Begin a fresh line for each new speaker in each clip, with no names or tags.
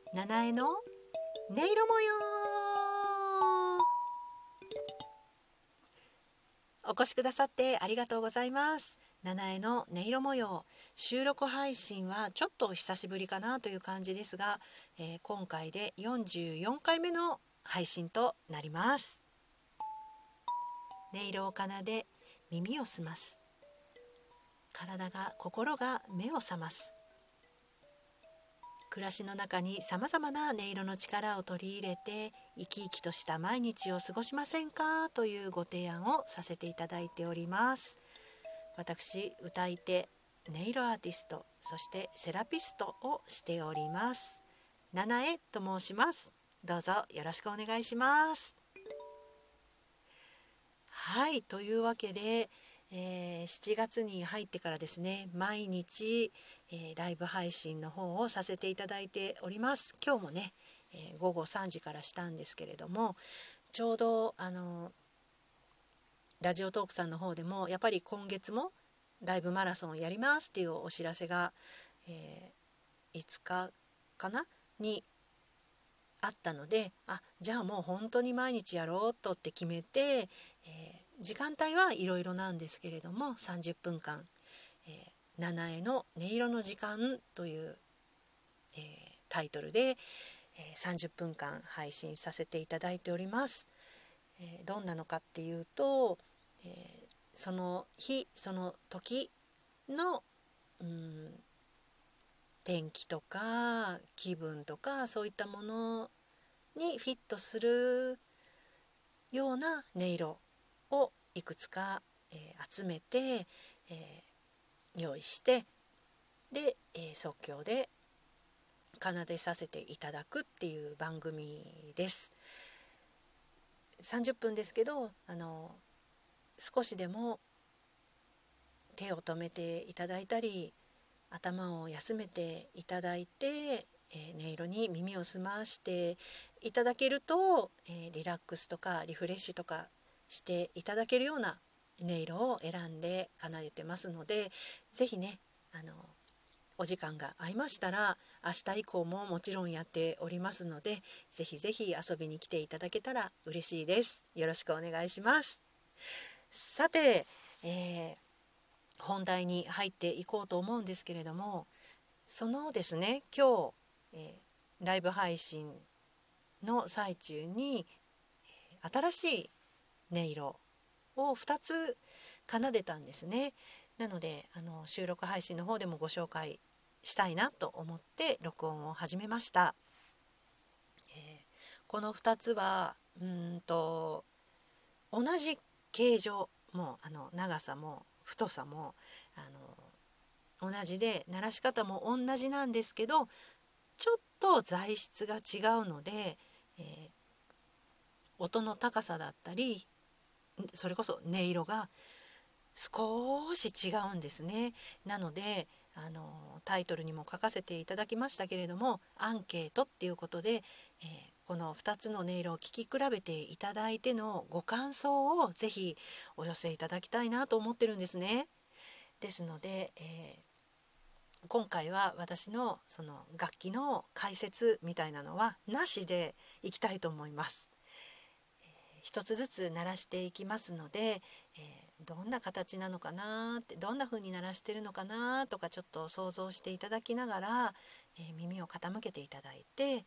七重の音色模様。お越しくださってありがとうございます。七重の音色模様、収録配信はちょっと久しぶりかなという感じですが、今回で44回目の配信となります。音色を奏で耳を澄ます、体が心が目を覚ます。暮らしの中にさまざまな音色の力を取り入れて生き生きとした毎日を過ごしませんかというご提案をさせていただいております。私、歌い手、音色アーティスト、そしてセラピストをしております七重と申します。どうぞよろしくお願いします。はい、というわけで、7月に入ってからですね、毎日、ライブ配信の方をさせていただいております。今日もね、午後3時からしたんですけれども、ちょうどラジオトークさんの方でもやっぱり今月もライブマラソンをやりますっていうお知らせが、5日かなにあったので、じゃあもう本当に毎日やろうとって決めて、時間帯はいろいろなんですけれども30分間、七重の音色の時間という、タイトルで、30分間配信させていただいております。どんなのかっていうと、その日その時の天気とか気分とかそういったものにフィットするような音色をいくつか、集めて、用意してで、即興で奏でさせていただくっていう番組です。30分ですけど少しでも手を止めていただいたり頭を休めていただいて、音色に耳を澄ましていただけると、リラックスとかリフレッシュとかしていただけるような音色を選んで奏でてますので、ぜひねお時間が合いましたら明日以降ももちろんやっておりますので、ぜひぜひ遊びに来ていただけたら嬉しいです。よろしくお願いします。さて、本題に入っていこうと思うんですけれども、そのですね今日、ライブ配信の最中に、新しい音色を2つ奏でたんですね。なので収録配信の方でもご紹介したいなと思って録音を始めました。この2つは同じ形状も長さも太さも同じで鳴らし方も同じなんですけど、ちょっと材質が違うので、音の高さだったりそれこそ音色が少し違うんですね。なのでタイトルにも書かせていただきましたけれども、アンケートっていうことで、この2つの音色を聴き比べていただいてのご感想をぜひお寄せいただきたいなと思ってるんですね。ですので、今回は私のその楽器の解説みたいなのはなしでいきたいと思います。一つずつ鳴らしていきますので、どんな形なのかなって、どんな風に鳴らしてるのかなとかちょっと想像していただきながら、耳を傾けていただいて、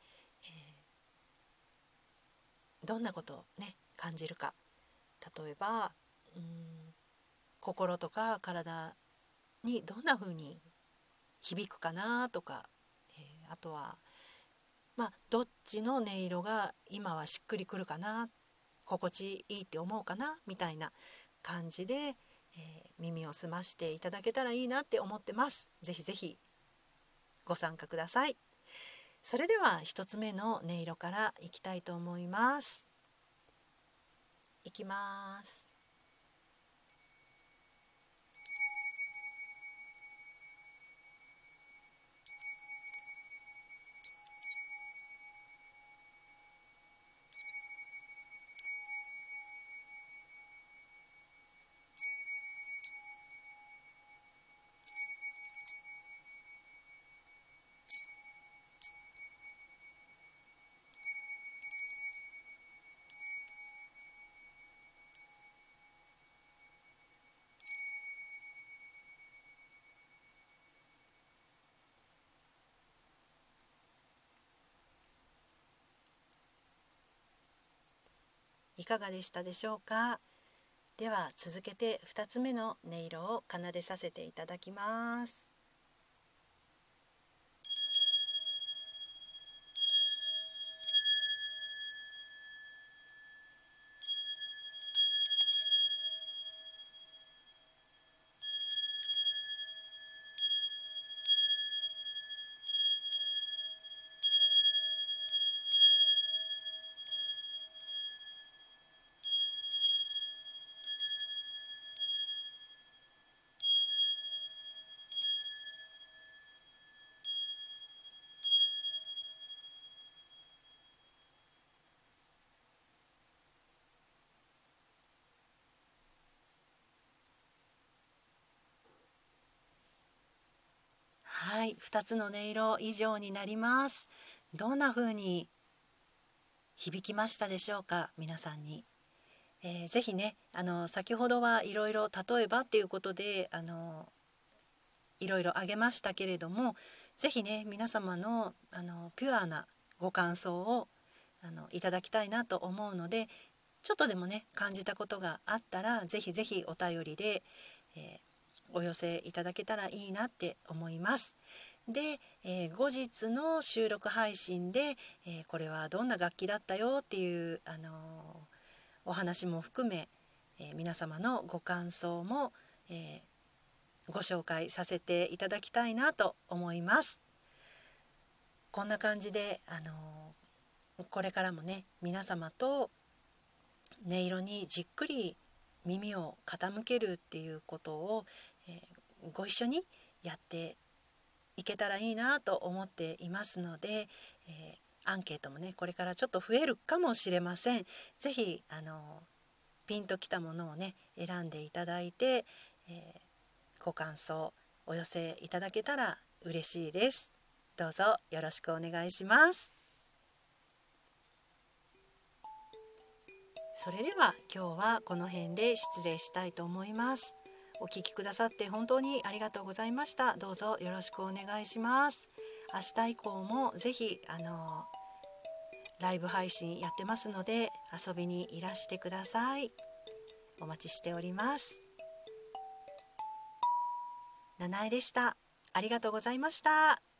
どんなことをね感じるか、例えば心とか体にどんな風に響くかなとか、あとはどっちの音色が今はしっくりくるかな、心地いいって思うかなみたいな感じで、耳を澄ましていただけたらいいなって思ってます。ぜひぜひご参加ください。それでは一つ目の音色からいきたいと思います。いきます。 いかがでしたでしょうか。では続けて2つ目の音色を奏でさせていただきます。はい、2つの音色以上になります。どんな風に響きましたでしょうか、皆さんに。ぜひね、先ほどはいろいろ例えばっていうことでいろいろ挙げましたけれども、ぜひね皆様のピュアなご感想をいただきたいなと思うので、ちょっとでもね感じたことがあったらぜひぜひお便りで、お寄せいただけたらいいなって思います。で、後日の収録配信で、これはどんな楽器だったよっていう、お話も含め、皆様のご感想も、ご紹介させていただきたいなと思います。こんな感じで、これからもね皆様と音色にじっくり耳を傾けるっていうことを、ご一緒にやっていけたらいいなと思っていますので、アンケートもねこれからちょっと増えるかもしれません。ぜひピンときたものをね選んでいただいて、ご感想お寄せいただけたら嬉しいです。どうぞよろしくお願いします。それでは今日はこの辺で失礼したいと思います。お聞きくださって本当にありがとうございました。どうぞよろしくお願いします。明日以降もぜひライブ配信やってますので遊びにいらしてください。お待ちしております。七重でした。ありがとうございました。